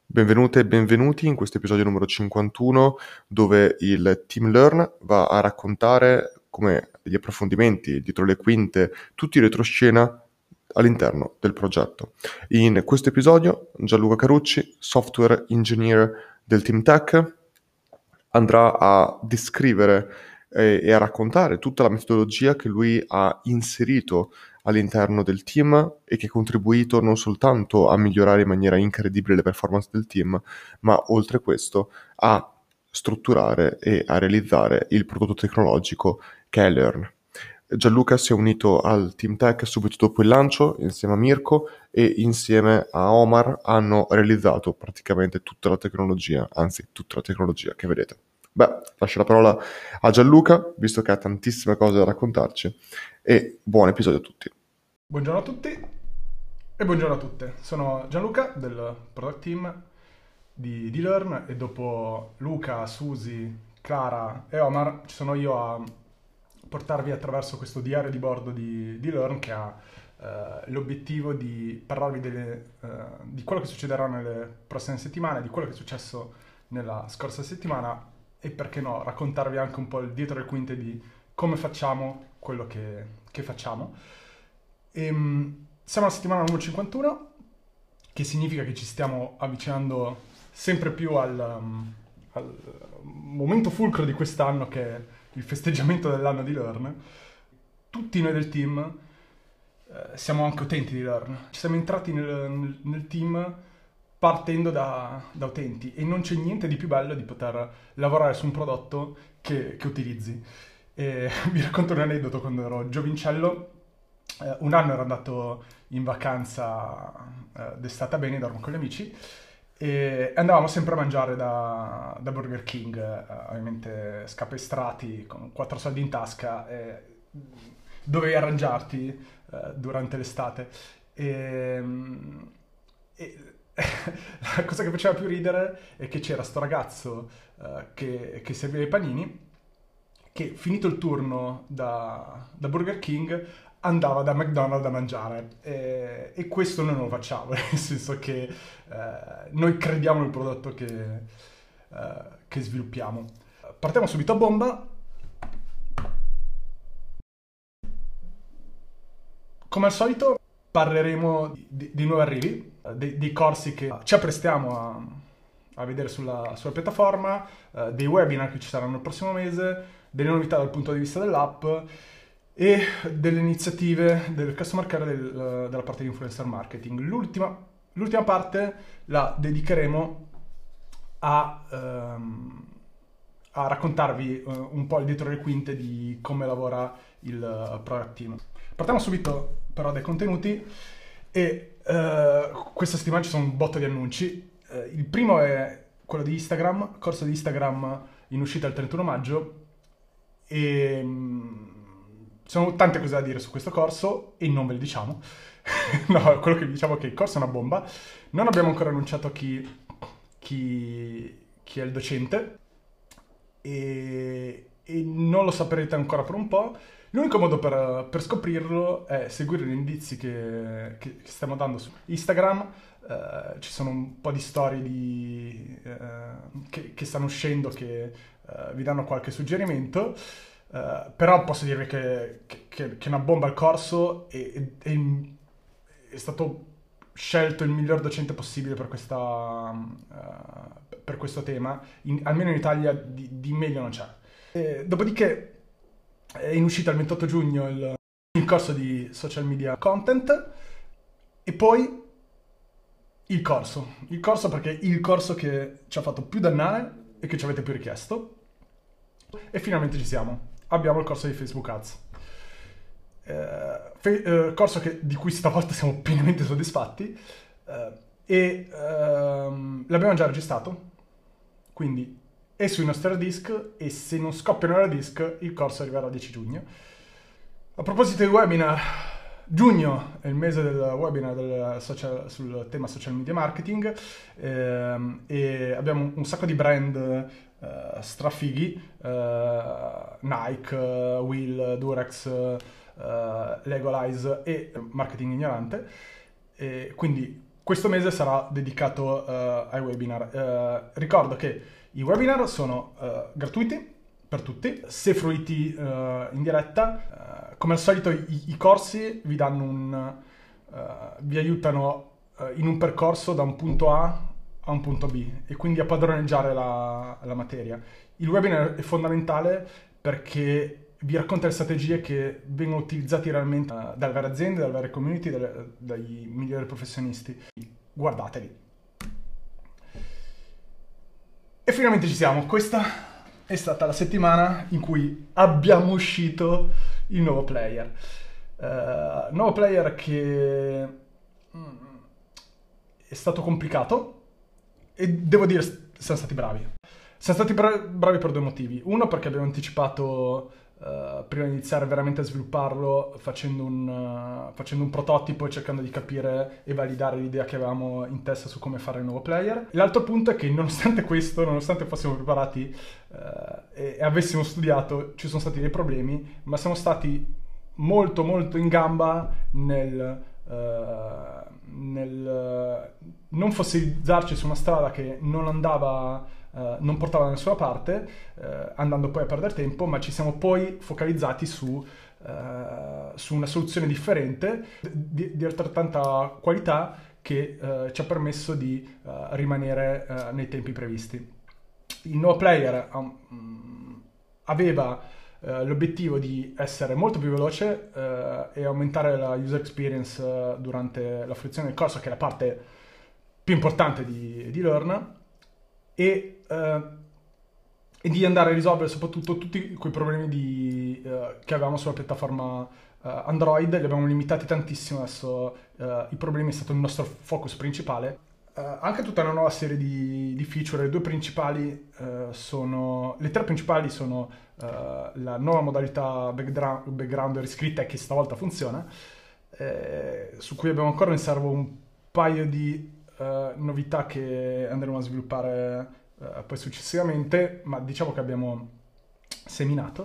Benvenute e benvenuti in questo episodio numero 51 dove il Team Learn va a raccontare come degli approfondimenti dietro le quinte, tutti in retroscena all'interno del progetto. In questo episodio Gianluca Carucci, software engineer del Team Tech, andrà a descrivere e a raccontare tutta la metodologia che lui ha inserito all'interno del team e che ha contribuito non soltanto a migliorare in maniera incredibile le performance del team, ma oltre questo a strutturare e a realizzare il prodotto tecnologico che è Learn. Gianluca si è unito al Team Tech subito dopo il lancio insieme a Mirko e insieme a Omar hanno realizzato praticamente tutta la tecnologia, anzi tutta la tecnologia che vedete. Beh, lascio la parola a Gianluca, visto che ha tantissime cose da raccontarci, e buon episodio a tutti. Buongiorno a tutti e buongiorno a tutte. Sono Gianluca del Product Team di Learn e dopo Luca, Susi, Clara e Omar ci sono io a portarvi attraverso questo diario di bordo di Learn che ha l'obiettivo di parlarvi di quello che succederà nelle prossime settimane, di quello che è successo nella scorsa settimana e perché no, raccontarvi anche un po' il dietro le quinte di come facciamo quello che facciamo. Siamo alla settimana numero 51, che significa che ci stiamo avvicinando sempre più al momento fulcro di quest'anno, che è il festeggiamento dell'anno di Learn. Tutti noi del team siamo anche utenti di Learn. Ci siamo entrati nel team partendo da utenti e non c'è niente di più bello di poter lavorare su un prodotto che utilizzi. E vi racconto un aneddoto: quando ero giovincello, un anno ero andato in vacanza d'estate a Benidorm con gli amici e andavamo sempre a mangiare da Burger King, ovviamente scapestrati con 4 soldi in tasca, e dovevi arrangiarti durante l'estate. E, e la cosa che faceva più ridere è che c'era sto ragazzo che serviva i panini, che finito il turno da Burger King andava da McDonald's a mangiare e questo noi non lo facciamo, nel senso che noi crediamo nel prodotto che sviluppiamo. Partiamo subito a bomba. Come al solito parleremo di nuovi arrivi, dei corsi che ci apprestiamo a vedere sulla piattaforma, dei webinar che ci saranno il prossimo mese, delle novità dal punto di vista dell'app e delle iniziative del customer care della parte di influencer marketing. L'ultima parte la dedicheremo a raccontarvi un po' il dietro le quinte di come lavora il product team. Partiamo subito però dai contenuti e questa settimana ci sono un botto di annunci. Il primo è quello di Instagram, corso di Instagram in uscita il 31 maggio e ci sono tante cose da dire su questo corso e non ve le diciamo. No, quello che vi diciamo è che il corso è una bomba. Non abbiamo ancora annunciato chi è il docente e non lo saprete ancora per un po'. L'unico modo per scoprirlo è seguire gli indizi che stiamo dando su Instagram. Ci sono un po' di storie che stanno uscendo che vi danno qualche suggerimento. Però posso dirvi che è una bomba il corso e è stato scelto il miglior docente possibile per questo tema. Almeno in Italia di meglio non c'è. Dopodiché è in uscita il 28 giugno il corso di social media content e poi il corso perché è il corso che ci ha fatto più dannare e che ci avete più richiesto e finalmente ci siamo. Abbiamo il corso di Facebook Ads. Corso di cui stavolta siamo pienamente soddisfatti l'abbiamo già registrato, quindi è sui nostri hard disk e se non scoppiano gli hard disk il corso arriverà il 10 giugno. A proposito di webinar, giugno è il mese del webinar sul tema social media marketing e abbiamo un sacco di brand strafighi, Nike, Will, Durex, Legolize e Marketing Ignorante. E quindi questo mese sarà dedicato ai webinar. Ricordo che i webinar sono gratuiti per tutti, se fruiti in diretta. Come al solito i corsi vi danno vi aiutano in un percorso da un punto A a un punto B e quindi a padroneggiare la materia. Il webinar è fondamentale perché vi racconta le strategie che vengono utilizzate realmente dalle varie aziende, dalle varie community, dai migliori professionisti. Guardateli. E finalmente ci siamo. Questa è stata la settimana in cui abbiamo uscito il nuovo player. Nuovo player che è stato complicato e devo dire siamo stati bravi. Siamo stati bravi per due motivi. Uno, perché abbiamo anticipato prima di iniziare veramente a svilupparlo facendo un prototipo e cercando di capire e validare l'idea che avevamo in testa su come fare il nuovo player. L'altro punto è che nonostante questo, nonostante fossimo preparati e avessimo studiato, ci sono stati dei problemi, ma siamo stati molto molto in gamba nel non fossilizzarci su una strada che non andava, non portava da nessuna parte, andando poi a perdere tempo, ma ci siamo poi focalizzati su una soluzione differente, di altrettanta qualità, che ci ha permesso di rimanere nei tempi previsti. Il nuovo player aveva l'obiettivo di essere molto più veloce e aumentare la user experience durante la fruizione del corso, che è la parte più importante di Learn, e di andare a risolvere soprattutto tutti quei problemi che avevamo sulla piattaforma Android. Li abbiamo limitati tantissimo, adesso i problemi è stato il nostro focus principale. Anche tutta una nuova serie di feature. Le tre principali sono la nuova modalità background riscritta, che stavolta funziona, su cui abbiamo ancora in serbo un paio di novità che andremo a sviluppare poi successivamente, ma diciamo che abbiamo seminato.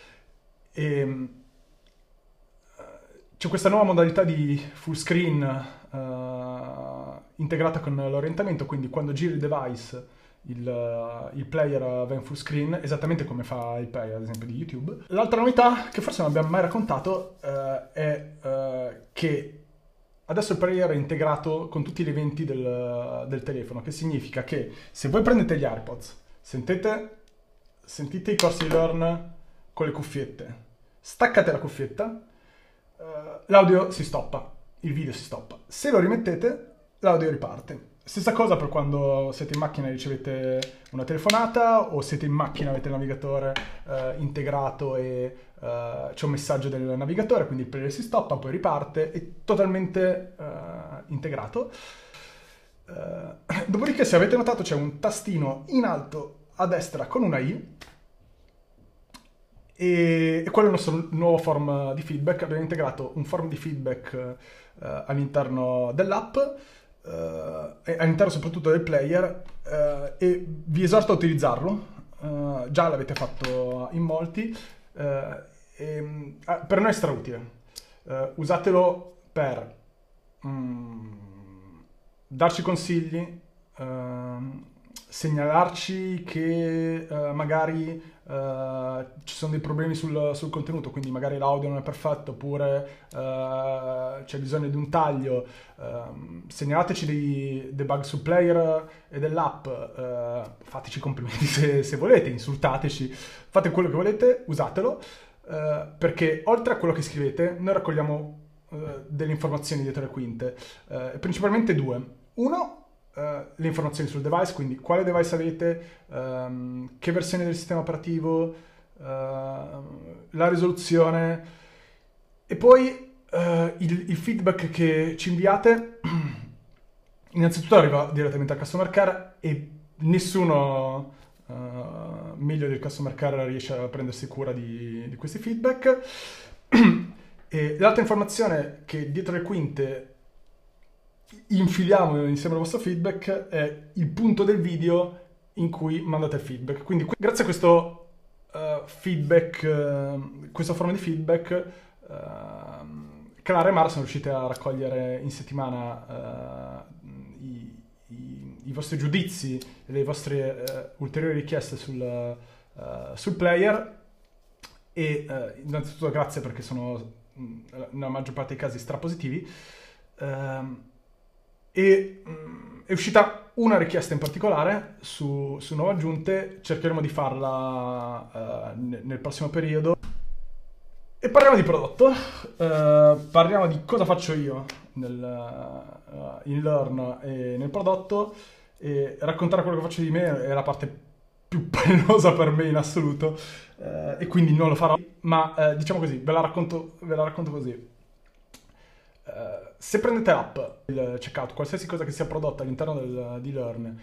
C'è questa nuova modalità di full screen integrata con l'orientamento, quindi quando giri il device il player va in full screen, esattamente come fa il player ad esempio di YouTube. L'altra novità, che forse non abbiamo mai raccontato, è che adesso il player è integrato con tutti gli eventi del telefono, che significa che se voi prendete gli AirPods, sentite i corsi di Learn con le cuffiette, staccate la cuffietta, l'audio si stoppa, il video si stoppa. Se lo rimettete, l'audio riparte. Stessa cosa per quando siete in macchina e ricevete una telefonata, o siete in macchina e avete il navigatore integrato e c'è un messaggio del navigatore, quindi il player si stoppa, poi riparte, è totalmente integrato. Dopodiché, se avete notato, c'è un tastino in alto a destra con una I, e quello è il nostro nuovo form di feedback. Abbiamo integrato un form di feedback all'interno dell'app, e all'interno soprattutto del player, e vi esorto a utilizzarlo. Già l'avete fatto in molti, per noi è strautile. Usatelo per darci consigli, segnalarci che magari ci sono dei problemi sul contenuto, quindi magari l'audio non è perfetto, oppure c'è bisogno di un taglio. Segnalateci dei bug sul player e dell'app, fateci complimenti se volete, insultateci, fate quello che volete, usatelo, perché oltre a quello che scrivete noi raccogliamo delle informazioni dietro le quinte, principalmente due. Uno, le informazioni sul device, quindi quale device avete, che versione del sistema operativo, la risoluzione, e poi il feedback che ci inviate. Innanzitutto arriva direttamente al customer care e nessuno meglio del customer care riesce a prendersi cura di questi feedback. E l'altra informazione che dietro le quinte infiliamo insieme al vostro feedback è il punto del video in cui mandate il feedback. Quindi grazie a questo feedback, questa forma di feedback, Clara e Mara sono riuscite a raccogliere in settimana i vostri giudizi e le vostre ulteriori richieste sul player. E innanzitutto grazie perché sono nella maggior parte dei casi strapositivi. È uscita una richiesta in particolare su nuove aggiunte, cercheremo di farla nel prossimo periodo. E parliamo di prodotto, parliamo di cosa faccio io in Learn e nel prodotto, e raccontare quello che faccio di me è la parte più penosa per me in assoluto, e quindi non lo farò, ma diciamo così, ve la racconto così. Se prendete l'app, il checkout, qualsiasi cosa che sia prodotta all'interno di Learn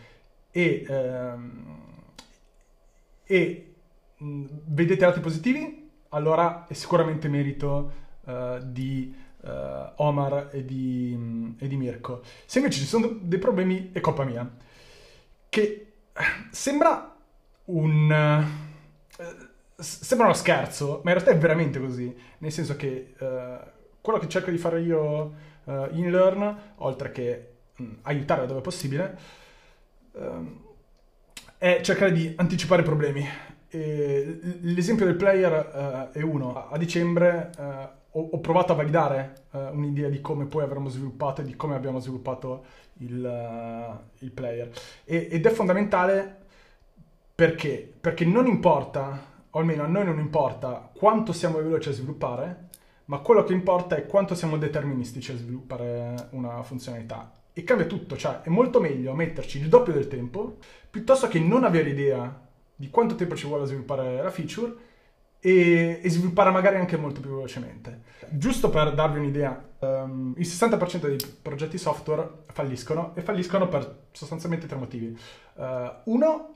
e vedete dati positivi, allora è sicuramente merito di Omar e di Mirko. Se invece ci sono dei problemi, è colpa mia. Che sembra sembra uno scherzo, ma in realtà è veramente così. Nel senso che quello che cerco di fare io in Learn, oltre che aiutare dove è possibile, è cercare di anticipare i problemi. L'esempio del player è uno. A dicembre ho provato a validare un'idea di come poi avremmo sviluppato e di come abbiamo sviluppato il player. Ed è fondamentale perché non importa, o almeno a noi non importa, quanto siamo veloci a sviluppare, ma quello che importa è quanto siamo deterministici a sviluppare una funzionalità. E cambia tutto, cioè è molto meglio metterci il doppio del tempo piuttosto che non avere idea di quanto tempo ci vuole a sviluppare la feature e sviluppare magari anche molto più velocemente. Giusto per darvi un'idea, il 60% dei progetti software falliscono, e falliscono per sostanzialmente tre motivi. Uno,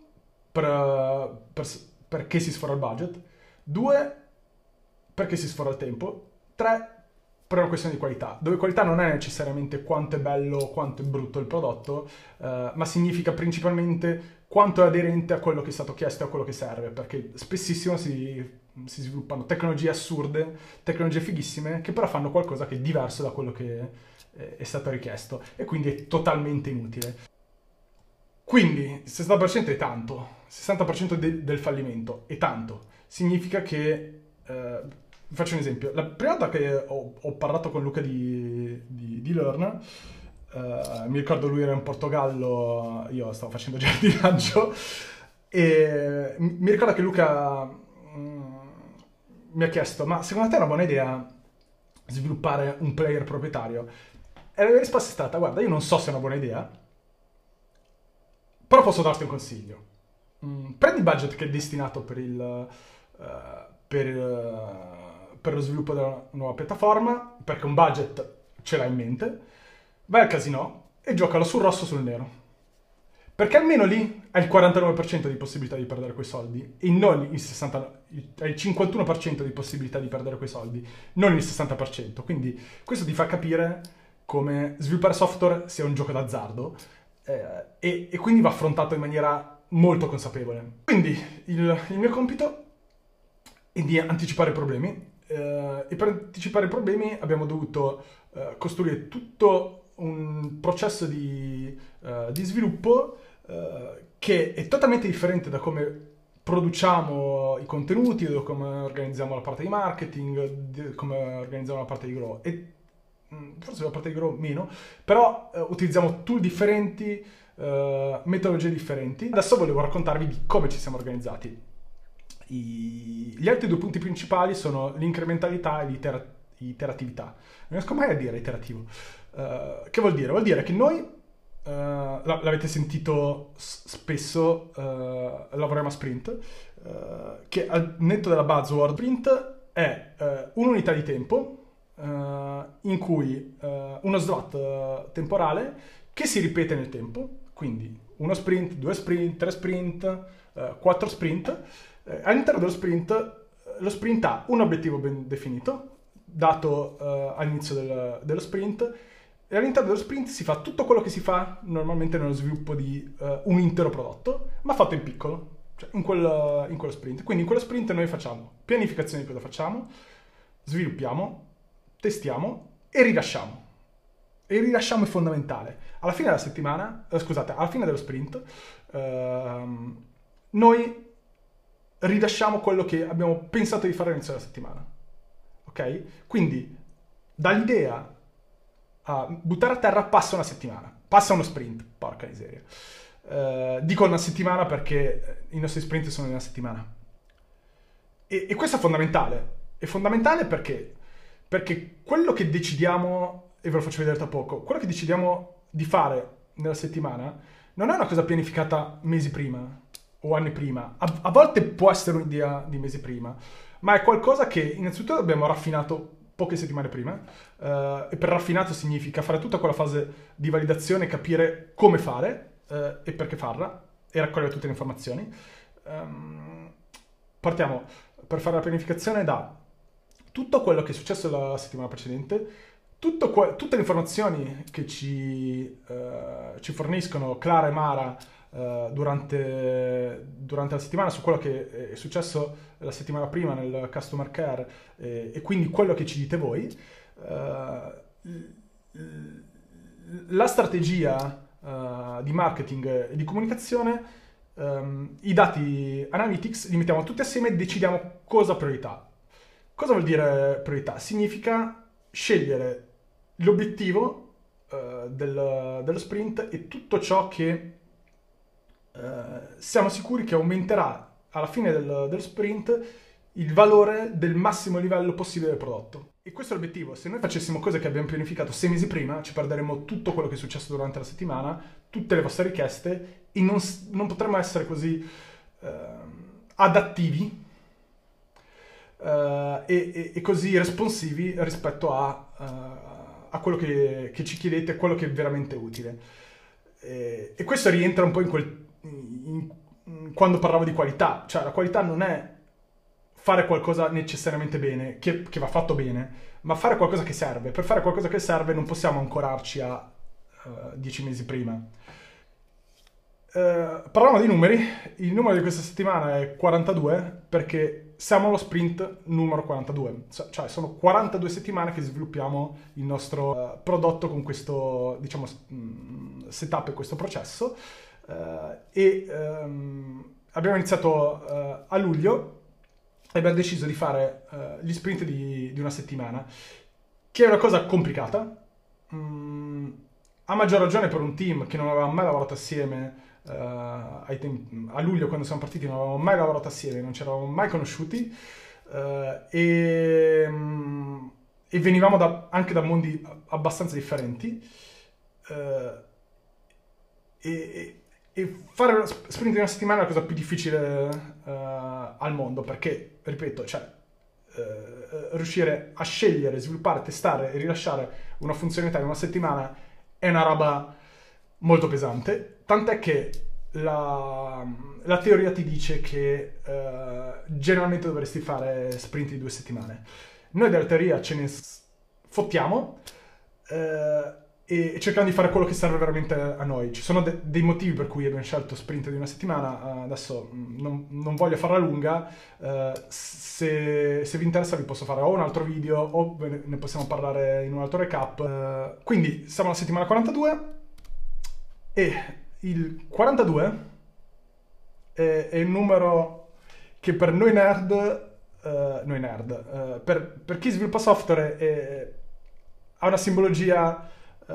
perché si sfora il budget. Due, perché si sfora il tempo. Tre, per una questione di qualità, dove qualità non è necessariamente quanto è bello o quanto è brutto il prodotto, ma significa principalmente quanto è aderente a quello che è stato chiesto e a quello che serve, perché spessissimo si sviluppano tecnologie assurde, tecnologie fighissime, che però fanno qualcosa che è diverso da quello che è stato richiesto, e quindi è totalmente inutile. Quindi il 60% è tanto, il 60% del fallimento è tanto, significa che... faccio un esempio. La prima volta che ho parlato con Luca di Learn, mi ricordo lui era in Portogallo, io stavo facendo giardinaggio, e mi ricordo che Luca mi ha chiesto: ma secondo te è una buona idea sviluppare un player proprietario? E la mia risposta è stata: guarda, io non so se è una buona idea, però posso darti un consiglio. Prendi il budget che è destinato per lo sviluppo della nuova piattaforma, perché un budget ce l'hai in mente, vai al casino e giocalo sul rosso o sul nero. Perché almeno lì hai il 49% di possibilità di perdere quei soldi, e non il 60%, hai il 51% di possibilità di perdere quei soldi, non il 60%. Quindi questo ti fa capire come sviluppare software sia un gioco d'azzardo, e quindi va affrontato in maniera molto consapevole. Quindi il mio compito è di anticipare i problemi, e per anticipare i problemi abbiamo dovuto costruire tutto un processo di sviluppo che è totalmente differente da come produciamo i contenuti, da come organizziamo la parte di marketing, come organizziamo la parte di grow, e forse la parte di grow meno, però utilizziamo tool differenti, metodologie differenti. Adesso volevo raccontarvi di come ci siamo organizzati. Gli altri due punti principali sono l'incrementalità e l'iteratività. Non riesco mai a dire iterativo. Che vuol dire? Vuol dire che noi, l'avete sentito spesso, lavoriamo a sprint, che al netto della buzzword sprint è un'unità di tempo in cui uno slot temporale che si ripete nel tempo, quindi uno sprint, due sprint, tre sprint, quattro sprint. All'interno dello sprint, lo sprint ha un obiettivo ben definito, dato all'inizio dello sprint, e all'interno dello sprint si fa tutto quello che si fa normalmente nello sviluppo di un intero prodotto, ma fatto in piccolo, cioè in quello sprint. Quindi in quello sprint noi facciamo pianificazione di cosa facciamo, sviluppiamo, testiamo e rilasciamo. il rilasciamo è fondamentale. Alla fine della settimana, scusate, alla fine dello sprint, noi rilasciamo quello che abbiamo pensato di fare all'inizio della settimana. Ok? Quindi dall'idea a buttare a terra passa una settimana, passa uno sprint, porca miseria. Dico una settimana perché i nostri sprint sono di una settimana. E questo è fondamentale perché quello che decidiamo, e ve lo faccio vedere tra poco, quello che decidiamo di fare nella settimana non è una cosa pianificata mesi prima o anni prima. A volte può essere un'idea di mesi prima, ma è qualcosa che innanzitutto abbiamo raffinato poche settimane prima, e per raffinato significa fare tutta quella fase di validazione, capire come fare e perché farla e raccogliere tutte le informazioni. Partiamo per fare la pianificazione da tutto quello che è successo la settimana precedente, tutte le informazioni che ci forniscono Clara e Mara durante la settimana su quello che è successo la settimana prima nel customer care, e quindi quello che ci dite voi. La strategia di marketing e di comunicazione, i dati analytics li mettiamo tutti assieme e decidiamo cosa è priorità. Cosa vuol dire priorità? Significa scegliere l'obiettivo dello sprint e tutto ciò che siamo sicuri che aumenterà alla fine dello sprint il valore del massimo livello possibile del prodotto. E questo è l'obiettivo. Se noi facessimo cose che abbiamo pianificato 6 mesi prima, ci perderemmo tutto quello che è successo durante la settimana, tutte le vostre richieste, e non potremmo essere così adattivi e così responsivi rispetto a quello che ci chiedete, quello che è veramente utile. E questo rientra un po' quando parlavo di qualità. Cioè, la qualità non è fare qualcosa necessariamente bene, che va fatto bene, ma fare qualcosa che serve. Per fare qualcosa che serve non possiamo ancorarci a 10 mesi prima. Parliamo di numeri. Il numero di questa settimana è 42 perché siamo allo sprint numero 42. Cioè sono 42 settimane che sviluppiamo il nostro prodotto con questo, diciamo, setup e questo processo. Abbiamo iniziato a luglio e abbiamo deciso di fare gli sprint di una settimana, che è una cosa complicata, a maggior ragione per un team che non aveva mai lavorato assieme. A luglio, quando siamo partiti, non avevamo mai lavorato assieme, non ci eravamo mai conosciuti, e venivamo anche da mondi abbastanza differenti, e fare lo sprint di una settimana è la cosa più difficile al mondo, perché, ripeto, cioè, riuscire a scegliere, sviluppare, testare e rilasciare una funzionalità in una settimana è una roba molto pesante, tant'è che la teoria ti dice che generalmente dovresti fare sprint di 2 settimane. Noi della teoria ce ne fottiamo e cerchiamo di fare quello che serve veramente a noi. Ci sono dei motivi per cui abbiamo scelto sprint di una settimana, adesso non voglio farla lunga, se vi interessa vi posso fare o un altro video o ne possiamo parlare in un altro recap. Quindi siamo alla settimana 42 e il 42 è il numero che per noi nerd, per chi sviluppa software ha una simbologia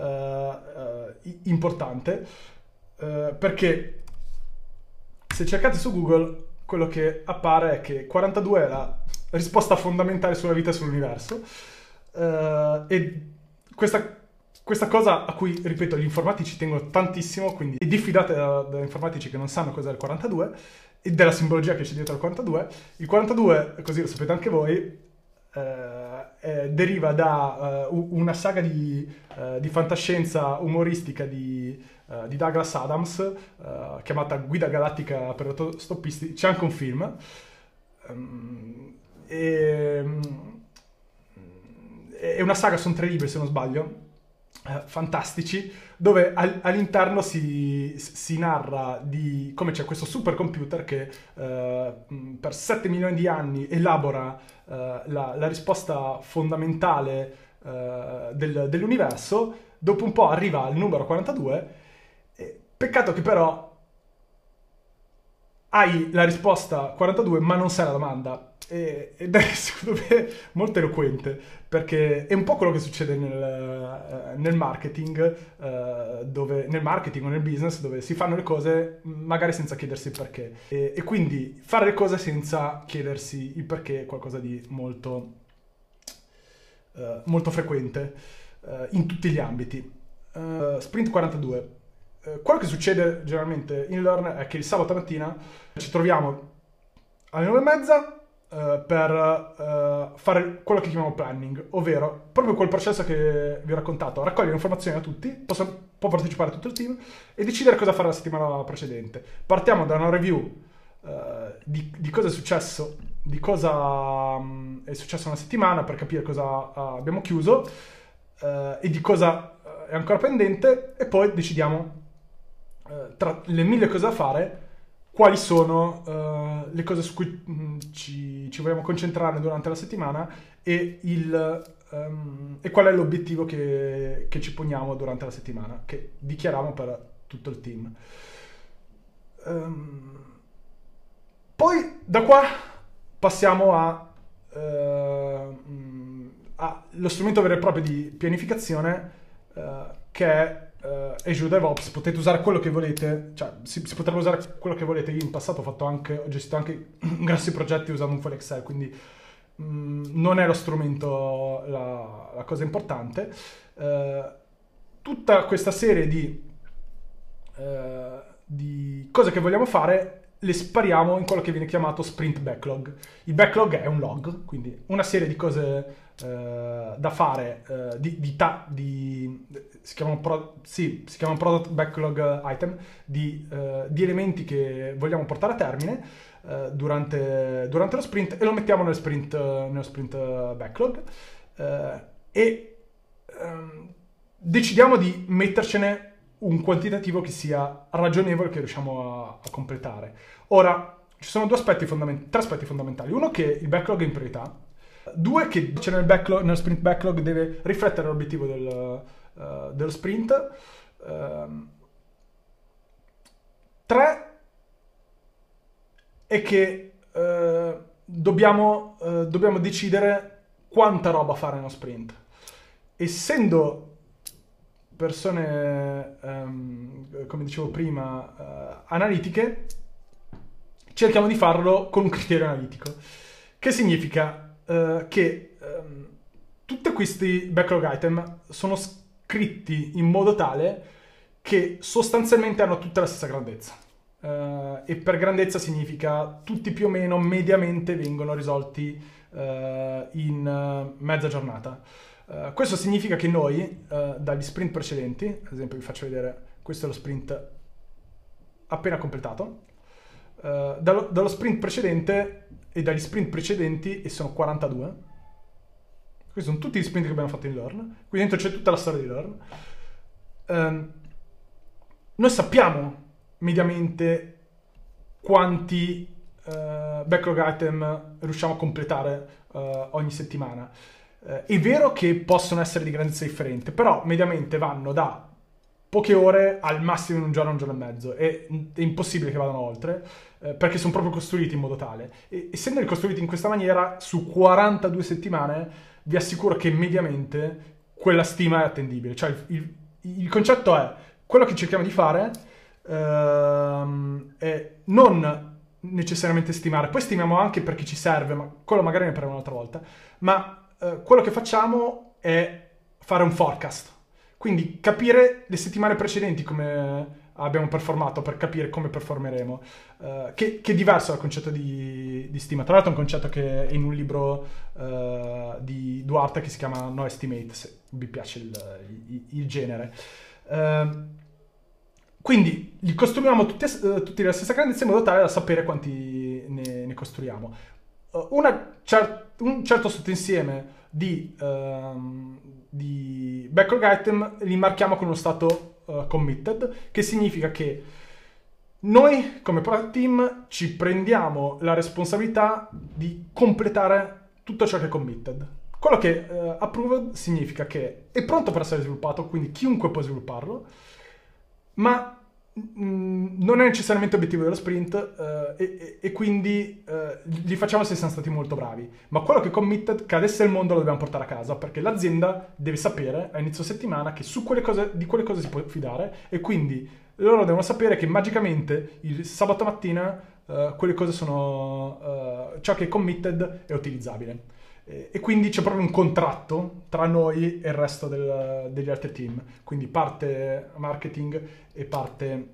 importante, perché se cercate su Google quello che appare è che 42 è la risposta fondamentale sulla vita e sull'universo, e questa cosa a cui, ripeto, gli informatici tengono tantissimo, quindi diffidate da informatici che non sanno cos'è il 42 e della simbologia che c'è dietro il 42. Il 42, così lo sapete anche voi, deriva da una saga di fantascienza umoristica di Douglas Adams, chiamata Guida Galattica per autostoppisti. C'è anche un film, è una saga, sono 3 libri se non sbaglio, fantastici, dove all'interno si narra di come c'è questo supercomputer che per 7 milioni di anni elabora la risposta fondamentale dell'universo, dopo un po' arriva al numero 42, peccato che però hai la risposta 42 ma non sai la domanda. Ed è secondo me molto eloquente, perché è un po' quello che succede nel marketing, nel marketing o nel business, dove si fanno le cose magari senza chiedersi il perché. E quindi fare le cose senza chiedersi il perché è qualcosa di molto, molto frequente in tutti gli ambiti. Sprint 42. Quello che succede generalmente in Learn è che il sabato mattina ci troviamo alle 9:30 per fare quello che chiamiamo planning, ovvero proprio quel processo che vi ho raccontato: raccogliere informazioni da tutti, può partecipare tutto il team e decidere cosa fare la settimana precedente. Partiamo da una review di cosa è successo, di cosa è successo una settimana, per capire cosa abbiamo chiuso e di cosa è ancora pendente, e poi decidiamo tra le 1000 cose da fare quali sono le cose su cui ci vogliamo concentrare durante la settimana e qual è l'obiettivo che ci poniamo durante la settimana, che dichiariamo per tutto il team. Poi da qua passiamo allo strumento vero e proprio di pianificazione, che è Azure DevOps. Potete usare quello che volete, cioè si potrebbe usare quello che volete. Io in passato ho gestito anche grossi progetti usando un file Excel, quindi non è lo strumento la cosa importante. Tutta questa serie di cose che vogliamo fare le spariamo in quello che viene chiamato sprint backlog. Il backlog è un log, quindi una serie di cose da fare, si chiamano product backlog item, di elementi che vogliamo portare a termine durante lo sprint, e lo mettiamo nello sprint backlog, e decidiamo di mettercene un quantitativo che sia ragionevole, che riusciamo a completare. Ora, ci sono tre aspetti fondamentali. Uno, che il backlog è in priorità. Due, che c'è nello sprint backlog deve riflettere l'obiettivo dello sprint. Tre, è che dobbiamo decidere quanta roba fare nello sprint. Essendo persone, come dicevo prima, analitiche, cerchiamo di farlo con un criterio analitico, che significa che tutti questi backlog item sono scritti in modo tale che sostanzialmente hanno tutta la stessa grandezza, e per grandezza significa tutti più o meno mediamente vengono risolti in mezza giornata. Questo significa che noi, dagli sprint precedenti, ad esempio vi faccio vedere, questo è lo sprint appena completato, dallo sprint precedente e dagli sprint precedenti, e sono 42, questi sono tutti gli sprint che abbiamo fatto in Learn, qui dentro c'è tutta la storia di Learn. Noi sappiamo mediamente quanti backlog item riusciamo a completare ogni settimana. È vero che possono essere di grandezza differente, però mediamente vanno da poche ore al massimo in un giorno e mezzo. È impossibile che vadano oltre, perché sono proprio costruiti in modo tale. E essendo costruiti in questa maniera, su 42 settimane vi assicuro che mediamente quella stima è attendibile. Cioè il concetto è, quello che cerchiamo di fare è non necessariamente stimare, poi stimiamo anche perché ci serve, ma quello magari ne parliamo un'altra volta, ma quello che facciamo è fare un forecast, quindi capire le settimane precedenti come abbiamo performato, per capire come performeremo, che è diverso dal concetto di stima. Tra l'altro è un concetto che è in un libro di Duarte che si chiama No Estimate, se vi piace il genere. Quindi li costruiamo tutti della stessa grandezza in modo tale da sapere quanti ne costruiamo. Un certo sottoinsieme di backlog item li marchiamo con uno stato committed, che significa che noi come product team ci prendiamo la responsabilità di completare tutto ciò che è committed. Quello che approved significa che è pronto per essere sviluppato, quindi chiunque può svilupparlo, ma non è necessariamente obiettivo dello sprint e quindi li facciamo se siamo stati molto bravi. Ma quello che è committed, che adesso il mondo lo dobbiamo portare a casa, perché l'azienda deve sapere a inizio settimana che di quelle cose si può fidare, e quindi loro devono sapere che magicamente il sabato mattina quelle cose sono ciò che è committed è utilizzabile. E quindi c'è proprio un contratto tra noi e il resto degli altri team, quindi parte marketing e parte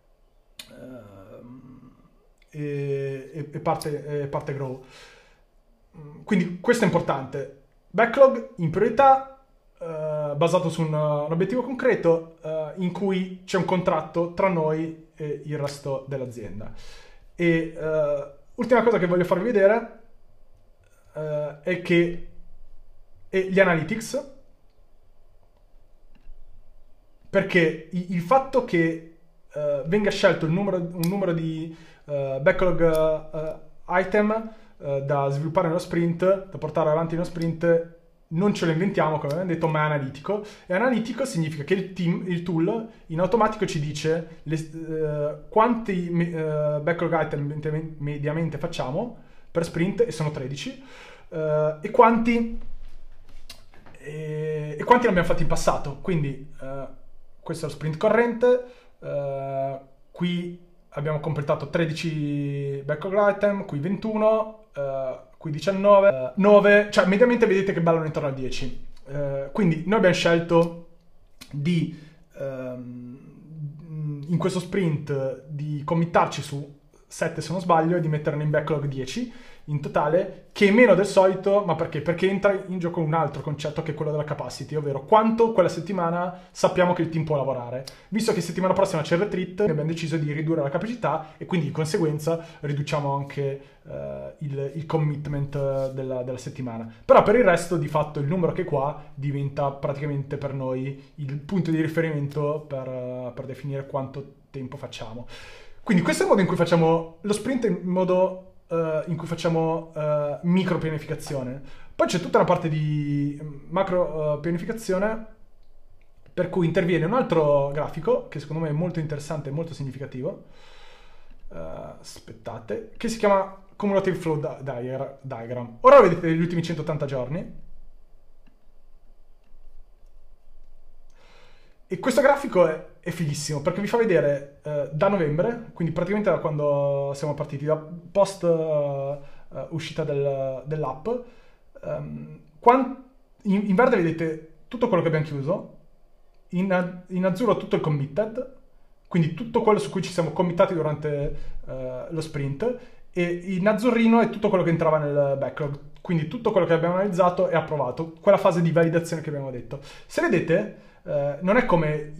parte grow. Quindi questo è importante. Backlog in priorità, basato su un obiettivo concreto, in cui c'è un contratto tra noi e il resto dell'azienda. E ultima cosa che voglio farvi vedere è gli analytics, perché il fatto che venga scelto un numero di backlog item da sviluppare nello sprint, da portare avanti nello sprint, non ce lo inventiamo, come abbiamo detto, ma è analitico. E analitico significa che il tool in automatico ci dice quanti backlog item mediamente facciamo per sprint, e sono 13, e quanti ne abbiamo fatti in passato. Quindi questo è lo sprint corrente, qui abbiamo completato 13 backlog item, qui 21, qui 19, 9, cioè mediamente vedete che ballano intorno a 10. Quindi noi abbiamo scelto di in questo sprint di committarci su 7 se non sbaglio e di metterne in backlog 10 in totale, che è meno del solito. Ma perché? Perché entra in gioco un altro concetto, che è quello della capacity, ovvero quanto quella settimana sappiamo che il team può lavorare. Visto che settimana prossima c'è il retreat, abbiamo deciso di ridurre la capacità e quindi di conseguenza riduciamo anche il commitment della settimana. Però per il resto, di fatto, il numero che è qua diventa praticamente per noi il punto di riferimento per definire quanto tempo facciamo. Quindi questo è il modo in cui facciamo lo sprint, in modo in cui facciamo micro pianificazione. Poi c'è tutta una parte di macro pianificazione, per cui interviene un altro grafico che secondo me è molto interessante e molto significativo. Aspettate, che si chiama Cumulative Flow Diagram. Ora lo vedete negli ultimi 180 giorni. E questo grafico è fighissimo, perché vi fa vedere da novembre, quindi praticamente da quando siamo partiti, da post uscita dell'app, in verde vedete tutto quello che abbiamo chiuso, in azzurro tutto il committed, quindi tutto quello su cui ci siamo committati durante lo sprint, e in azzurrino è tutto quello che entrava nel backlog, quindi tutto quello che abbiamo analizzato e approvato, quella fase di validazione che abbiamo detto. Se vedete, non è come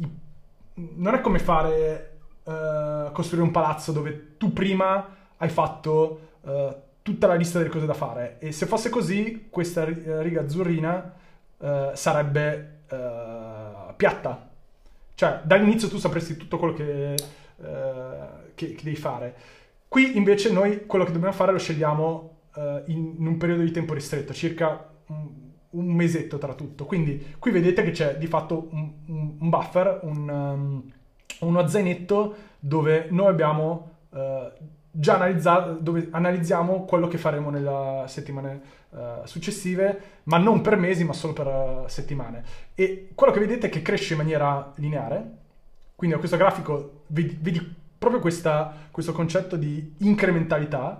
fare costruire un palazzo dove tu prima hai fatto tutta la lista delle cose da fare, e se fosse così questa riga azzurrina sarebbe piatta, cioè dall'inizio tu sapresti tutto quello che devi fare. Qui invece noi quello che dobbiamo fare lo scegliamo in un periodo di tempo ristretto, circa un mesetto tra tutto. Quindi qui vedete che c'è di fatto un buffer, uno zainetto dove noi abbiamo già analizzato, dove analizziamo quello che faremo nelle settimane successive, ma non per mesi, ma solo per settimane. E quello che vedete è che cresce in maniera lineare. Quindi a questo grafico vedi proprio questo concetto di incrementalità,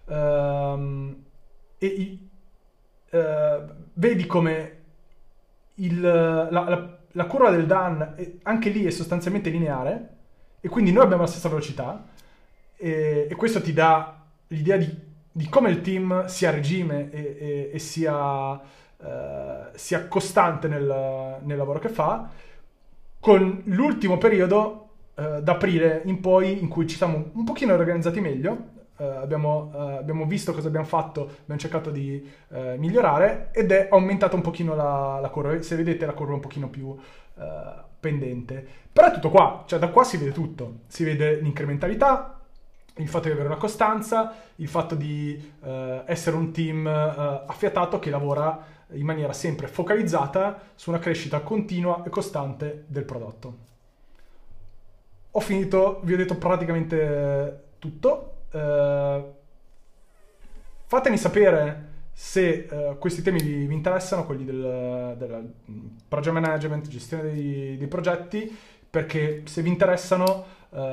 vedi come la curva del DAN anche lì è sostanzialmente lineare, e quindi noi abbiamo la stessa velocità, e questo ti dà l'idea di come il team sia a regime e sia costante nel lavoro che fa, con l'ultimo periodo da aprile in poi in cui ci siamo un pochino organizzati meglio. Abbiamo visto cosa abbiamo fatto, abbiamo cercato di migliorare, ed è aumentata un pochino la curva. Se vedete, la curva è un pochino più pendente, però è tutto qua, cioè da qua si vede tutto, si vede l'incrementalità, il fatto di avere una costanza, il fatto di essere un team affiatato che lavora in maniera sempre focalizzata su una crescita continua e costante del prodotto. Ho finito, vi ho detto praticamente tutto. Fatemi sapere se questi temi vi interessano, quelli del project management, gestione dei progetti, perché se vi interessano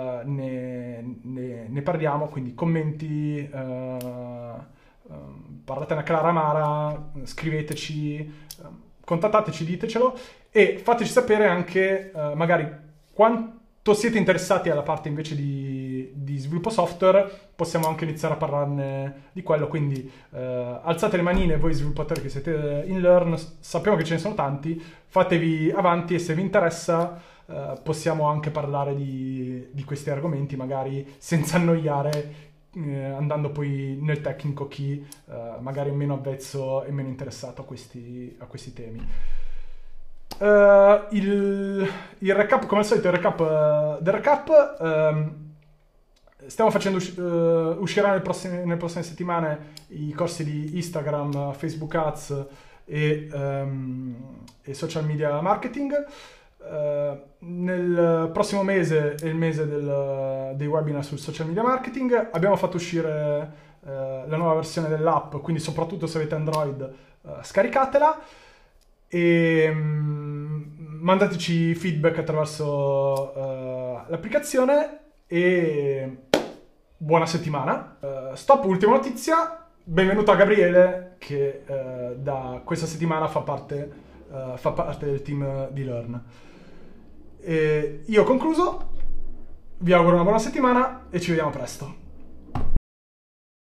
ne parliamo, quindi commenti, parlatene a Clara Mara, scriveteci, contattateci, ditecelo e fateci sapere anche magari quanto siete interessati alla parte invece di sviluppo software. Possiamo anche iniziare a parlarne di quello, quindi alzate le manine voi sviluppatori che siete in Learn, sappiamo che ce ne sono tanti, fatevi avanti e se vi interessa possiamo anche parlare di questi argomenti, magari senza annoiare, andando poi nel tecnico chi magari è meno avvezzo e meno interessato a questi temi. Il recap, come al solito, il recap del recap. Stiamo facendo uscirà nelle prossime settimane i corsi di Instagram, Facebook Ads e social media marketing. Nel prossimo mese è il mese dei webinar sul social media marketing. Abbiamo fatto uscire la nuova versione dell'app, quindi soprattutto se avete Android scaricatela e mandateci feedback attraverso l'applicazione e buona settimana. Stop, ultima notizia. Benvenuto a Gabriele che da questa settimana fa parte del team di Learn. Io ho concluso, vi auguro una buona settimana e ci vediamo presto.